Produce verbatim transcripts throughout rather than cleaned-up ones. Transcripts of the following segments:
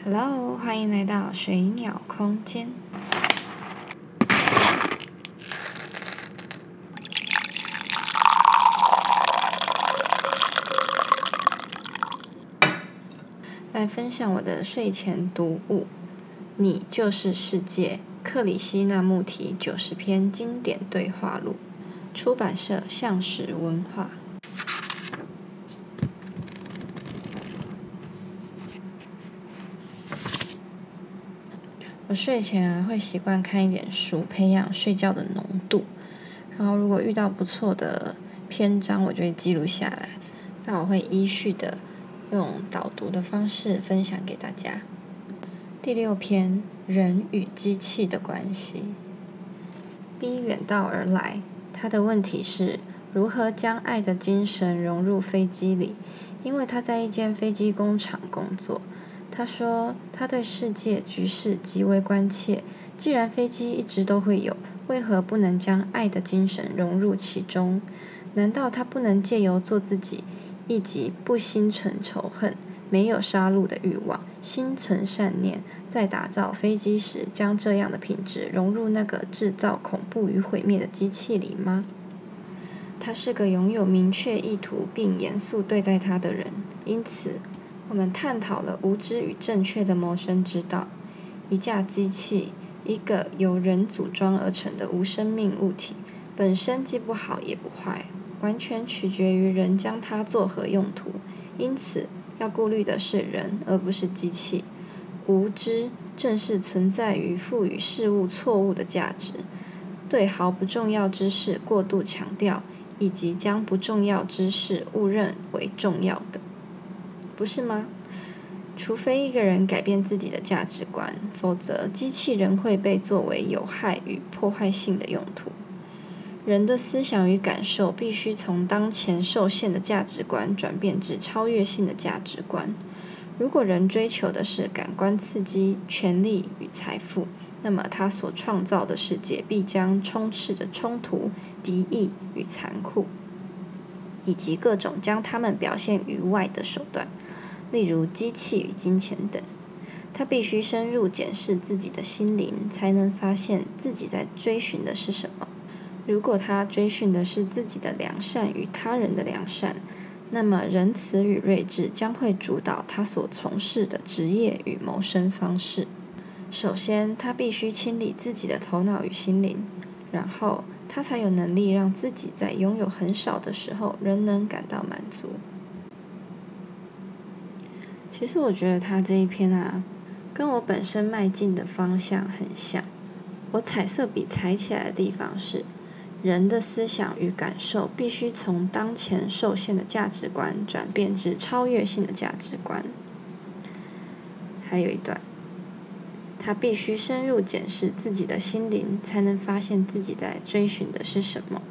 Hello， 欢迎来到水鸟空间。来分享我的睡前读物《你就是世界》克里希那穆提九十篇经典对话录，出版社橡实文化。我睡前啊会习惯看一点书，培养睡觉的浓度。然后如果遇到不错的篇章，我就会记录下来。那我会依序的用导读的方式分享给大家。第六篇：人与机器的关系。B 远道而来，他的问题是如何将爱的精神融入飞机里，因为他在一间飞机工厂工作。他说他对世界局势极为关切，既然飞机一直都会有，为何不能将爱的精神融入其中？难道他不能借由做自己，以及不心存仇恨，没有杀戮的欲望，心存善念，在打造飞机时将这样的品质融入那个制造恐怖与毁灭的机器里吗？他是个拥有明确意图并严肃对待他的人，因此我们探讨了无知与正确的谋生之道。一架机器，一个由人组装而成的无生命物体，本身既不好也不坏，完全取决于人将它作何用途。因此，要顾虑的是人，而不是机器。无知正是存在于赋予事物错误的价值，对毫不重要之事过度强调，以及将不重要之事误认为重要的。不是吗？除非一个人改变自己的价值观，否则机器人会被作为有害与破坏性的用途。人的思想与感受必须从当前受限的价值观转变至超越性的价值观。如果人追求的是感官刺激、权力与财富，那么他所创造的世界必将充斥着冲突、敌意与残酷，以及各种将它们表现于外的手段，例如机器与金钱等。他必须深入检视自己的心灵，才能发现自己在追寻的是什么。如果他追寻的是自己的良善与他人的良善，那么仁慈与睿智将会主导他所从事的职业与谋生方式。首先，他必须清理自己的头脑与心灵，然后他才有能力让自己在拥有很少的时候仍能感到满足。其实我觉得他这一篇啊，跟我本身迈进的方向很像。我彩色笔踩起来的地方是，人的思想与感受必须从当前受限的价值观转变至超越性的价值观。还有一段，他必须深入检视自己的心灵，才能发现自己在追寻的是什么。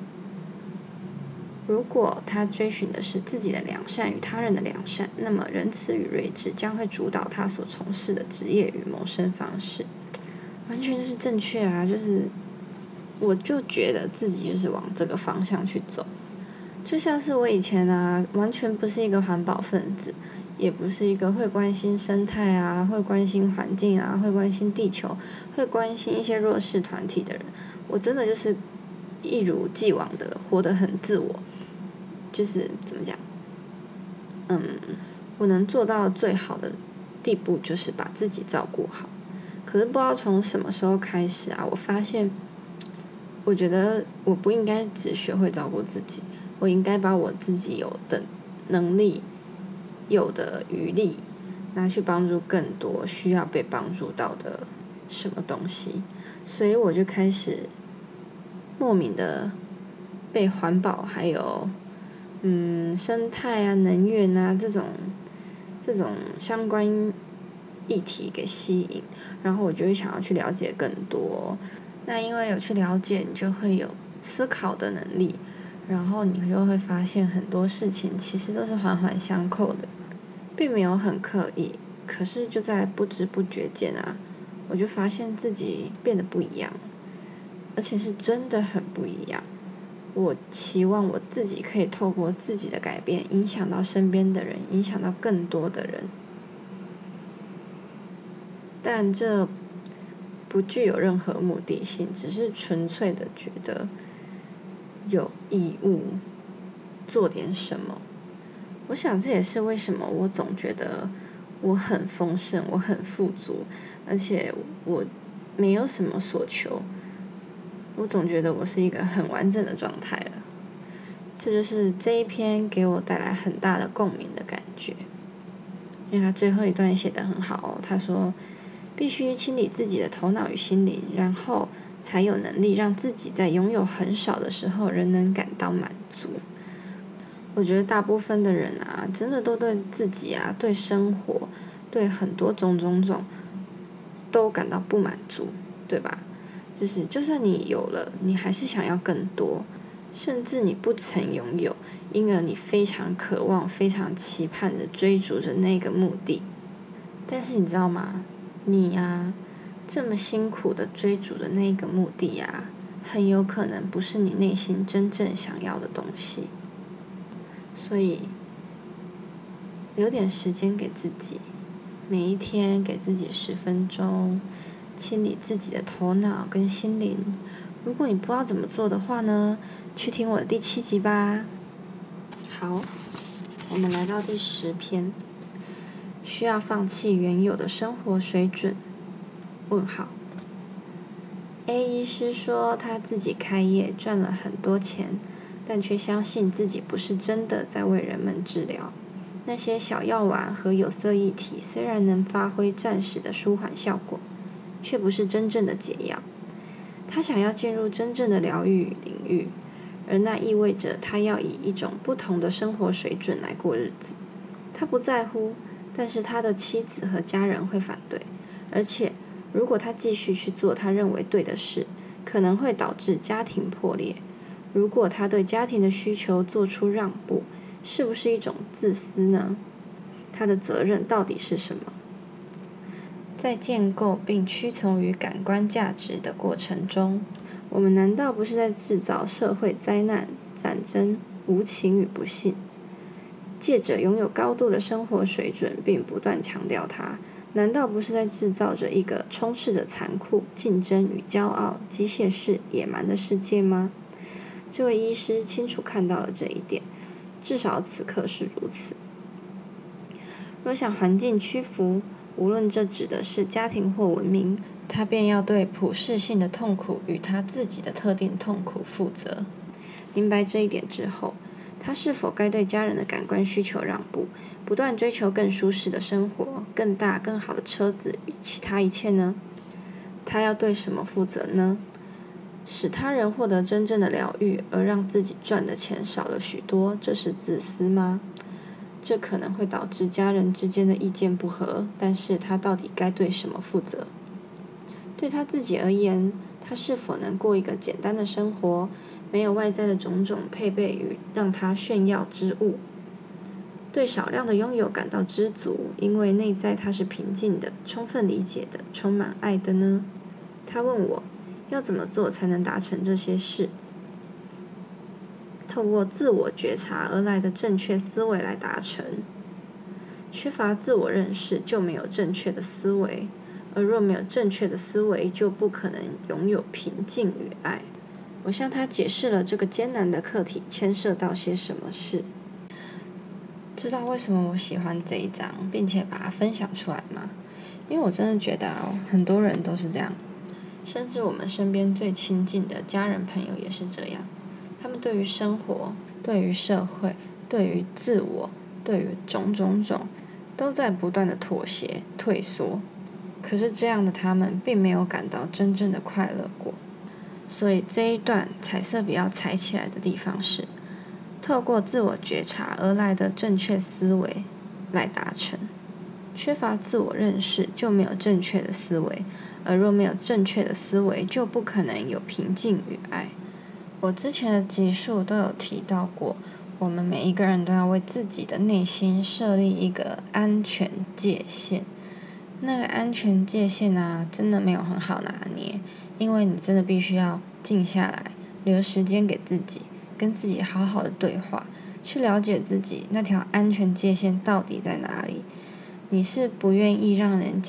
如果他追寻的是自己的良善与他人的良善，那么仁慈与睿智将会主导他所从事的职业与谋生方式。完全是正确啊，就是我就觉得自己就是往这个方向去走。就像是我以前啊，完全不是一个环保分子，也不是一个会关心生态啊，会关心环境啊，会关心地球，会关心一些弱势团体的人。我真的就是一如既往的活得很自我，就是怎么讲，嗯，我能做到最好的地步就是把自己照顾好。可是不知道从什么时候开始啊，我发现，我觉得我不应该只学会照顾自己，我应该把我自己有的能力、有的余力，拿去帮助更多需要被帮助到的什么东西。所以我就开始莫名的被环保还有嗯生态啊、能源啊这种这种相关议题给吸引，然后我就会想要去了解更多。那因为有去了解，你就会有思考的能力，然后你就会发现很多事情其实都是环环相扣的，并没有很刻意，可是就在不知不觉间啊，我就发现自己变得不一样，而且是真的很不一样。我期望我自己可以透过自己的改变，影响到身边的人，影响到更多的人。 但这不具有任何目的性，只是纯粹的觉得有义务做点什么。我想这也是为什么我总觉得我很丰盛，我很富足，而且我没有什么所求，我总觉得我是一个很完整的状态了。这就是这一篇给我带来很大的共鸣的感觉。因为他最后一段写得很好哦，他说必须清理自己的头脑与心灵，然后才有能力让自己在拥有很少的时候仍能感到满足。我觉得大部分的人啊，真的都对自己啊，对生活，对很多种种种都感到不满足，对吧？就是就算你有了，你还是想要更多，甚至你不曾拥有，因而你非常渴望，非常期盼着追逐着那个目的。但是你知道吗？你啊，这么辛苦的追逐的那个目的啊，很有可能不是你内心真正想要的东西。所以留点时间给自己，每一天给自己十分钟，清理自己的头脑跟心灵。如果你不知道怎么做的话呢，去听我的第七集吧。好，我们来到第十篇，需要放弃原有的生活水准？问号。A 医师说他自己开业赚了很多钱，但却相信自己不是真的在为人们治疗。那些小药丸和有色液体虽然能发挥暂时的舒缓效果，却不是真正的解药。他想要进入真正的疗愈领域，而那意味着他要以一种不同的生活水准来过日子。他不在乎，但是他的妻子和家人会反对，而且如果他继续去做他认为对的事，可能会导致家庭破裂。如果他对家庭的需求做出让步，是不是一种自私呢？他的责任到底是什么？在建构并屈从于感官价值的过程中，我们难道不是在制造社会灾难、战争、无情与不幸？借着拥有高度的生活水准并不断强调它，难道不是在制造着一个充斥着残酷、竞争与骄傲、机械式、野蛮的世界吗？这位医师清楚看到了这一点，至少此刻是如此。若向环境屈服，无论这指的是家庭或文明，他便要对普世性的痛苦与他自己的特定痛苦负责。明白这一点之后，他是否该对家人的感官需求让步，不断追求更舒适的生活、更大更好的车子与其他一切呢？他要对什么负责呢？使他人获得真正的疗愈，而让自己赚的钱少了许多，这是自私吗？这可能会导致家人之间的意见不合，但是他到底该对什么负责？对他自己而言，他是否能过一个简单的生活，没有外在的种种配备与让他炫耀之物？对少量的拥有感到知足，因为内在他是平静的、充分理解的、充满爱的呢？他问我，要怎么做才能达成这些事？透过自我觉察而来的正确思维来达成。缺乏自我认识，就没有正确的思维，而若没有正确的思维，就不可能拥有平静与爱。我向他解释了这个艰难的课题牵涉到些什么事。知道为什么我喜欢这一章，并且把它分享出来吗？因为我真的觉得、哦、很多人都是这样，甚至我们身边最亲近的家人朋友也是这样。他们对于生活、对于社会、对于自我、对于种种种，都在不断的妥协、退缩。可是这样的他们并没有感到真正的快乐过。所以这一段彩色笔要踩起来的地方是，透过自我觉察而来的正确思维来达成。缺乏自我认识，就没有正确的思维，而若没有正确的思维，就不可能有平静与爱。我之前的集数都有提到过，我们每一个人都要为自己的内心设立一个安全界限。那个安全界限啊，真的没有很好拿捏，因为你真的必须要静下来，留时间给自己，跟自己好好的对话，去了解自己那条安全界限到底在哪里。你是不愿意让人家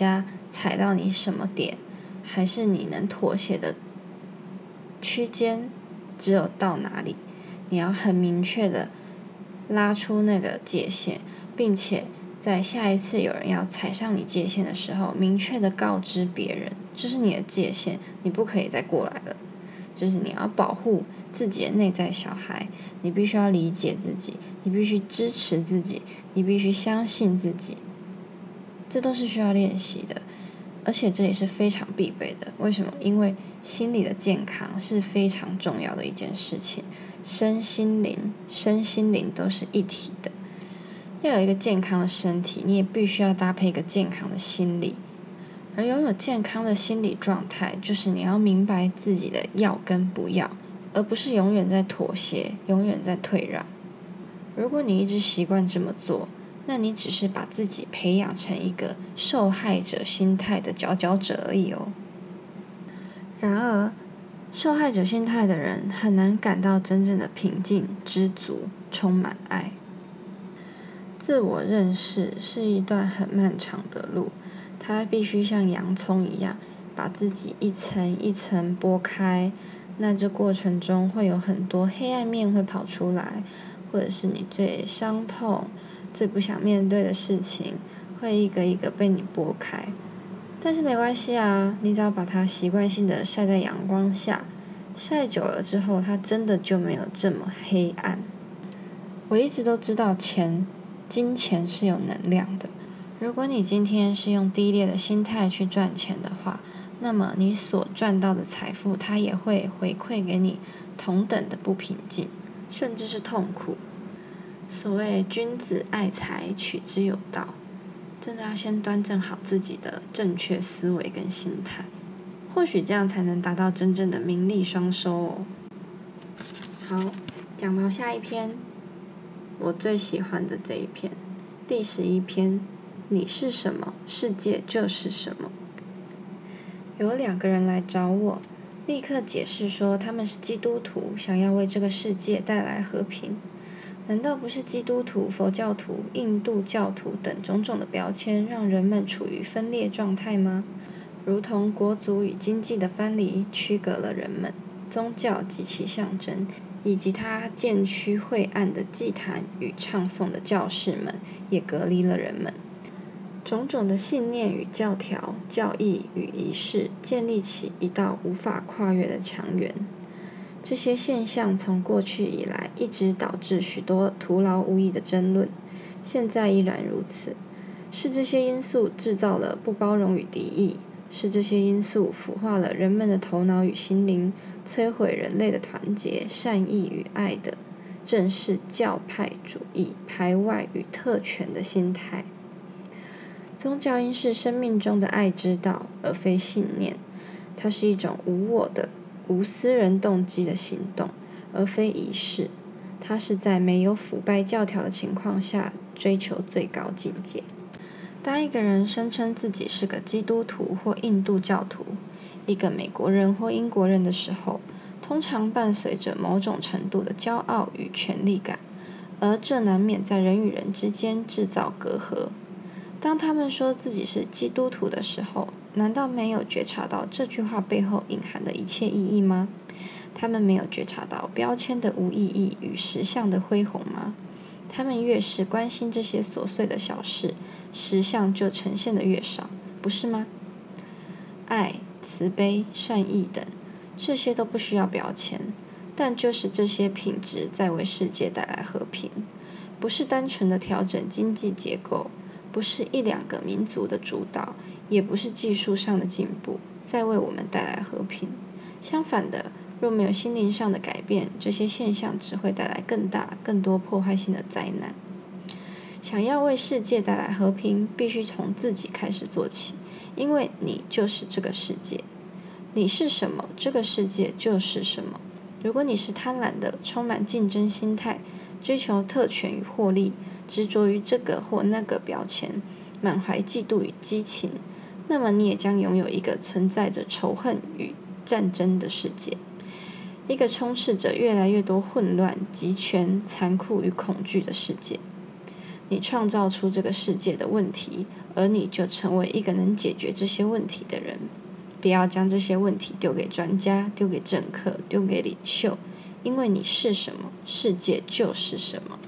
踩到你什么点，还是你能妥协的区间只有到哪里，你要很明确的拉出那个界限，并且在下一次有人要踩上你界限的时候，明确的告知别人，这是你的界限，你不可以再过来了。就是你要保护自己的内在小孩，你必须要理解自己，你必须支持自己，你必须相信自己，这都是需要练习的，而且这也是非常必备的。为什么？因为心理的健康是非常重要的一件事情，身心灵身心灵都是一体的。要有一个健康的身体，你也必须要搭配一个健康的心理。而拥有健康的心理状态，就是你要明白自己的要跟不要，而不是永远在妥协，永远在退让。如果你一直习惯这么做，那你只是把自己培养成一个受害者心态的佼佼者而已哦。然而，受害者心态的人很难感到真正的平静、知足、充满爱。自我认识是一段很漫长的路，它必须像洋葱一样，把自己一层一层剥开。那这过程中会有很多黑暗面会跑出来，或者是你最伤痛、最不想面对的事情，会一个一个被你剥开。但是没关系啊，你只要把它习惯性的晒在阳光下，晒久了之后，它真的就没有这么黑暗。我一直都知道钱。金钱是有能量的，如果你今天是用低劣的心态去赚钱的话，那么你所赚到的财富，它也会回馈给你同等的不平静，甚至是痛苦。所谓君子爱财，取之有道，真的要先端正好自己的正确思维跟心态，或许这样才能达到真正的名利双收哦。好，讲到下一篇。我最喜欢的这一篇，第十一篇，你是什么，世界就是什么。有两个人来找我，立刻解释说他们是基督徒，想要为这个世界带来和平。难道不是基督徒、佛教徒、印度教徒等种种的标签，让人们处于分裂状态吗？如同国族与经济的分离，区隔了人们，宗教及其象征，以及它渐趋晦暗的祭坛与唱诵的教士们，也隔离了人们。种种的信念与教条、教义与仪式，建立起一道无法跨越的墙垣。这些现象从过去以来一直导致许多徒劳无益的争论，现在依然如此。是这些因素制造了不包容与敌意，是这些因素腐化了人们的头脑与心灵，摧毁人类的团结、善意与爱的，正是教派主义排外与特权的心态。宗教应是生命中的爱之道，而非信念。它是一种无我的、无私人动机的行动，而非仪式。它是在没有腐败教条的情况下追求最高境界。当一个人声称自己是个基督徒或印度教徒，一个美国人或英国人的时候，通常伴随着某种程度的骄傲与权力感，而这难免在人与人之间制造隔阂。当他们说自己是基督徒的时候，难道没有觉察到这句话背后隐含的一切意义吗？他们没有觉察到标签的无意义与实相的恢宏吗？他们越是关心这些琐碎的小事，实相就呈现得越少，不是吗？爱、慈悲、善意等，这些都不需要标签，但就是这些品质在为世界带来和平，不是单纯的调整经济结构，不是一两个民族的主导，也不是技术上的进步，在为我们带来和平。相反的，若没有心灵上的改变，这些现象只会带来更大、更多破坏性的灾难。想要为世界带来和平，必须从自己开始做起，因为你就是这个世界。你是什么，这个世界就是什么。如果你是贪婪的、充满竞争心态、追求特权与获利、执着于这个或那个标签、满怀嫉妒与激情，那么你也将拥有一个存在着仇恨与战争的世界，一个充斥着越来越多混乱、集权、残酷与恐惧的世界。 你创造出这个世界的问题，而你就成为一个能解决这些问题的人。不要将这些问题丢给专家，丢给政客，丢给领袖，因为你是什么，世界就是什么。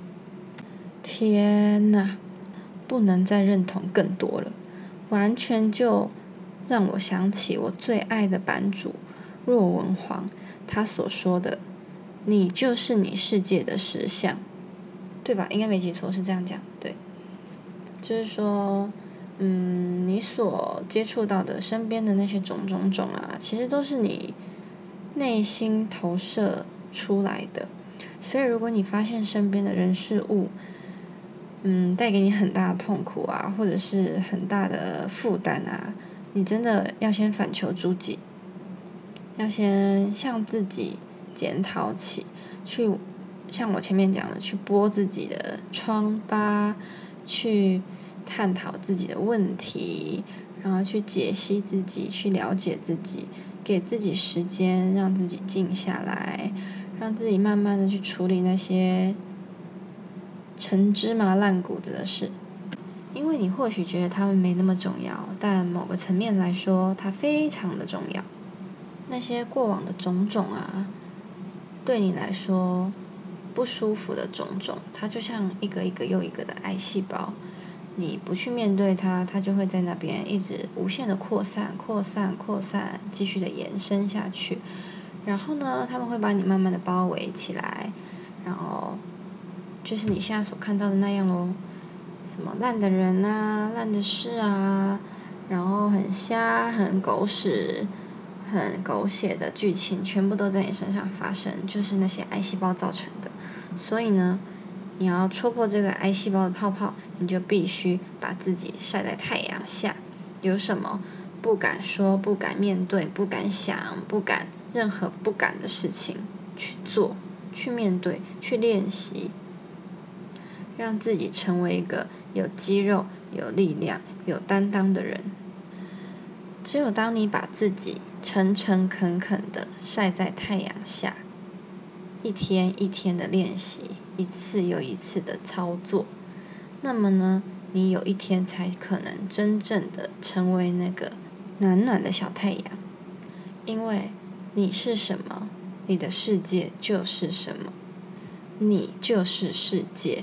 天哪，不能再认同更多了，完全就让我想起我最爱的版主若文皇他所说的，你就是你世界的实相，对吧？应该没记错，是这样讲，对。就是说，嗯，你所接触到的身边的那些种种种啊，其实都是你内心投射出来的。所以如果你发现身边的人事物，嗯，带给你很大的痛苦啊，或者是很大的负担啊，你真的要先反求诸己，要先向自己检讨起，去像我前面讲的，去剥自己的疮疤，去探讨自己的问题，然后去解析自己，去了解自己，给自己时间，让自己静下来，让自己慢慢的去处理那些陈芝麻烂谷子的事。因为你或许觉得他们没那么重要，但某个层面来说，它非常的重要。那些过往的种种啊，对你来说不舒服的种种，它就像一个一个又一个的癌细胞，你不去面对它，它就会在那边一直无限的扩散、扩散、扩散，继续的延伸下去。然后呢，他们会把你慢慢的包围起来，然后就是你现在所看到的那样咯，什么烂的人啊，烂的事啊，然后很瞎、很狗屎、很狗血的剧情，全部都在你身上发生，就是那些癌细胞造成的。所以呢，你要戳破这个癌细胞的泡泡，你就必须把自己晒在太阳下。有什么不敢说、不敢面对、不敢想、不敢任何不敢的事情去做、去面对、去练习，让自己成为一个有肌肉、有力量、有担当的人。只有当你把自己诚诚恳恳地晒在太阳下，一天一天的练习，一次又一次的操作，那么呢，你有一天才可能真正的成为那个暖暖的小太阳。因为你是什么，你的世界就是什么，你就是世界。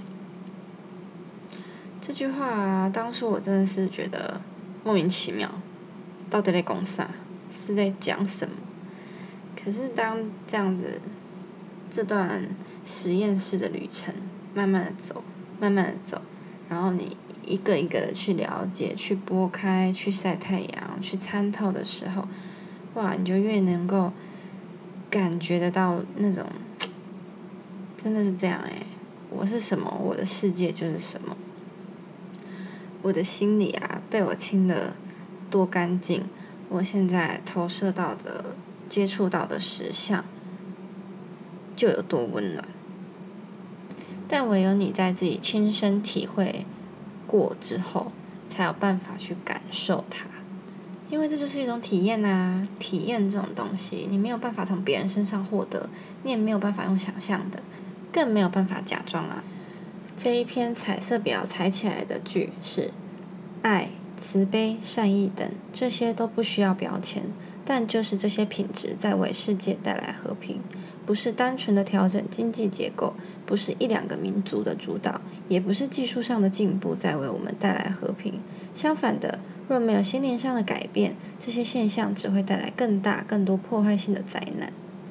这句话啊，当初我真的是觉得莫名其妙，到底在讲啥？是在讲什么？可是当这样子，这段实验室的旅程，慢慢的走，慢慢的走，然后你一个一个的去了解，去拨开，去晒太阳，去参透的时候，哇，你就越能够感觉得到那种，真的是这样诶，我是什么，我的世界就是什么。我的心里啊，被我清得多干净，我现在投射到的、接触到的实相就有多温暖。但唯有你在自己亲身体会过之后，才有办法去感受它。因为这就是一种体验啊，体验这种东西，你没有办法从别人身上获得，你也没有办法用想象的，更没有办法假装啊。这一篇彩色表裁起来的句是：爱、慈悲、善意等，这些都不需要标签，但就是这些品质在为世界带来和平。不是单纯的调整经济结构，不是一两个民族的主导，也不是技术上的进步在为我们带来和平。相反的，若没有心灵上的改变，这些现象只会带来更大、更多破坏性的灾难。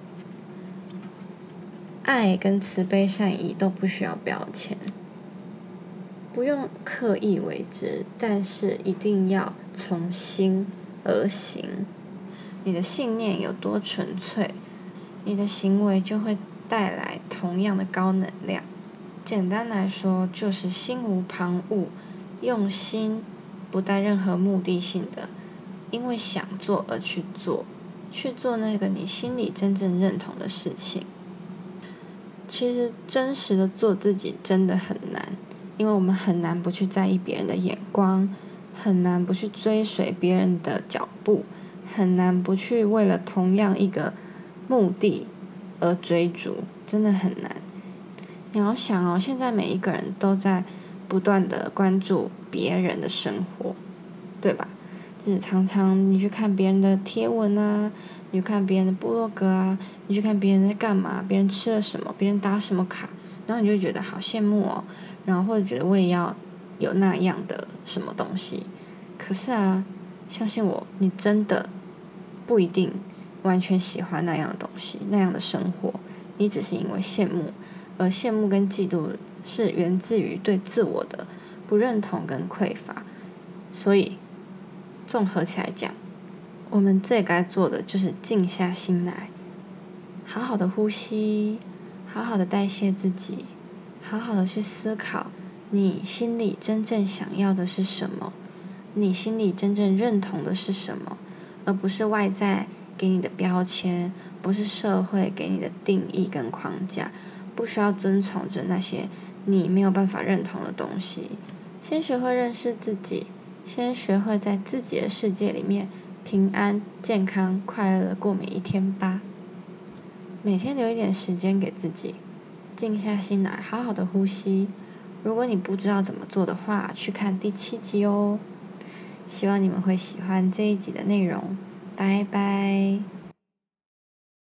爱跟慈悲善意都不需要标签，不用刻意为之，但是一定要从心而行。你的信念有多纯粹，你的行为就会带来同样的高能量。简单来说，就是心无旁骛，用心，不带任何目的性的，因为想做而去做，去做那个你心里真正认同的事情。其实真实的做自己真的很难，因为我们很难不去在意别人的眼光，很难不去追随别人的脚步，很难不去为了同样一个目的而追逐，真的很难。你要想哦，现在每一个人都在不断的关注别人的生活，对吧？就是常常你去看别人的贴文啊，你去看别人的部落格啊，你去看别人在干嘛，别人吃了什么，别人打什么卡，然后你就觉得好羡慕哦，然后或者觉得我也要有那样的什么东西。可是啊，相信我，你真的不一定完全喜欢那样的东西，那样的生活，你只是因为羡慕，而羡慕跟嫉妒是源自于对自我的不认同跟匮乏。所以综合起来讲，我们最该做的就是静下心来，好好的呼吸，好好的代谢自己，好好的去思考你心里真正想要的是什么，你心里真正认同的是什么，而不是外在给你的标签，不是社会给你的定义跟框架，不需要遵从着那些你没有办法认同的东西。先学会认识自己，先学会在自己的世界里面平安、健康、快乐的过每一天吧。每天留一点时间给自己，静下心来，好好的呼吸。如果你不知道怎么做的话，去看第七集哦。希望你们会喜欢这一集的内容，拜拜。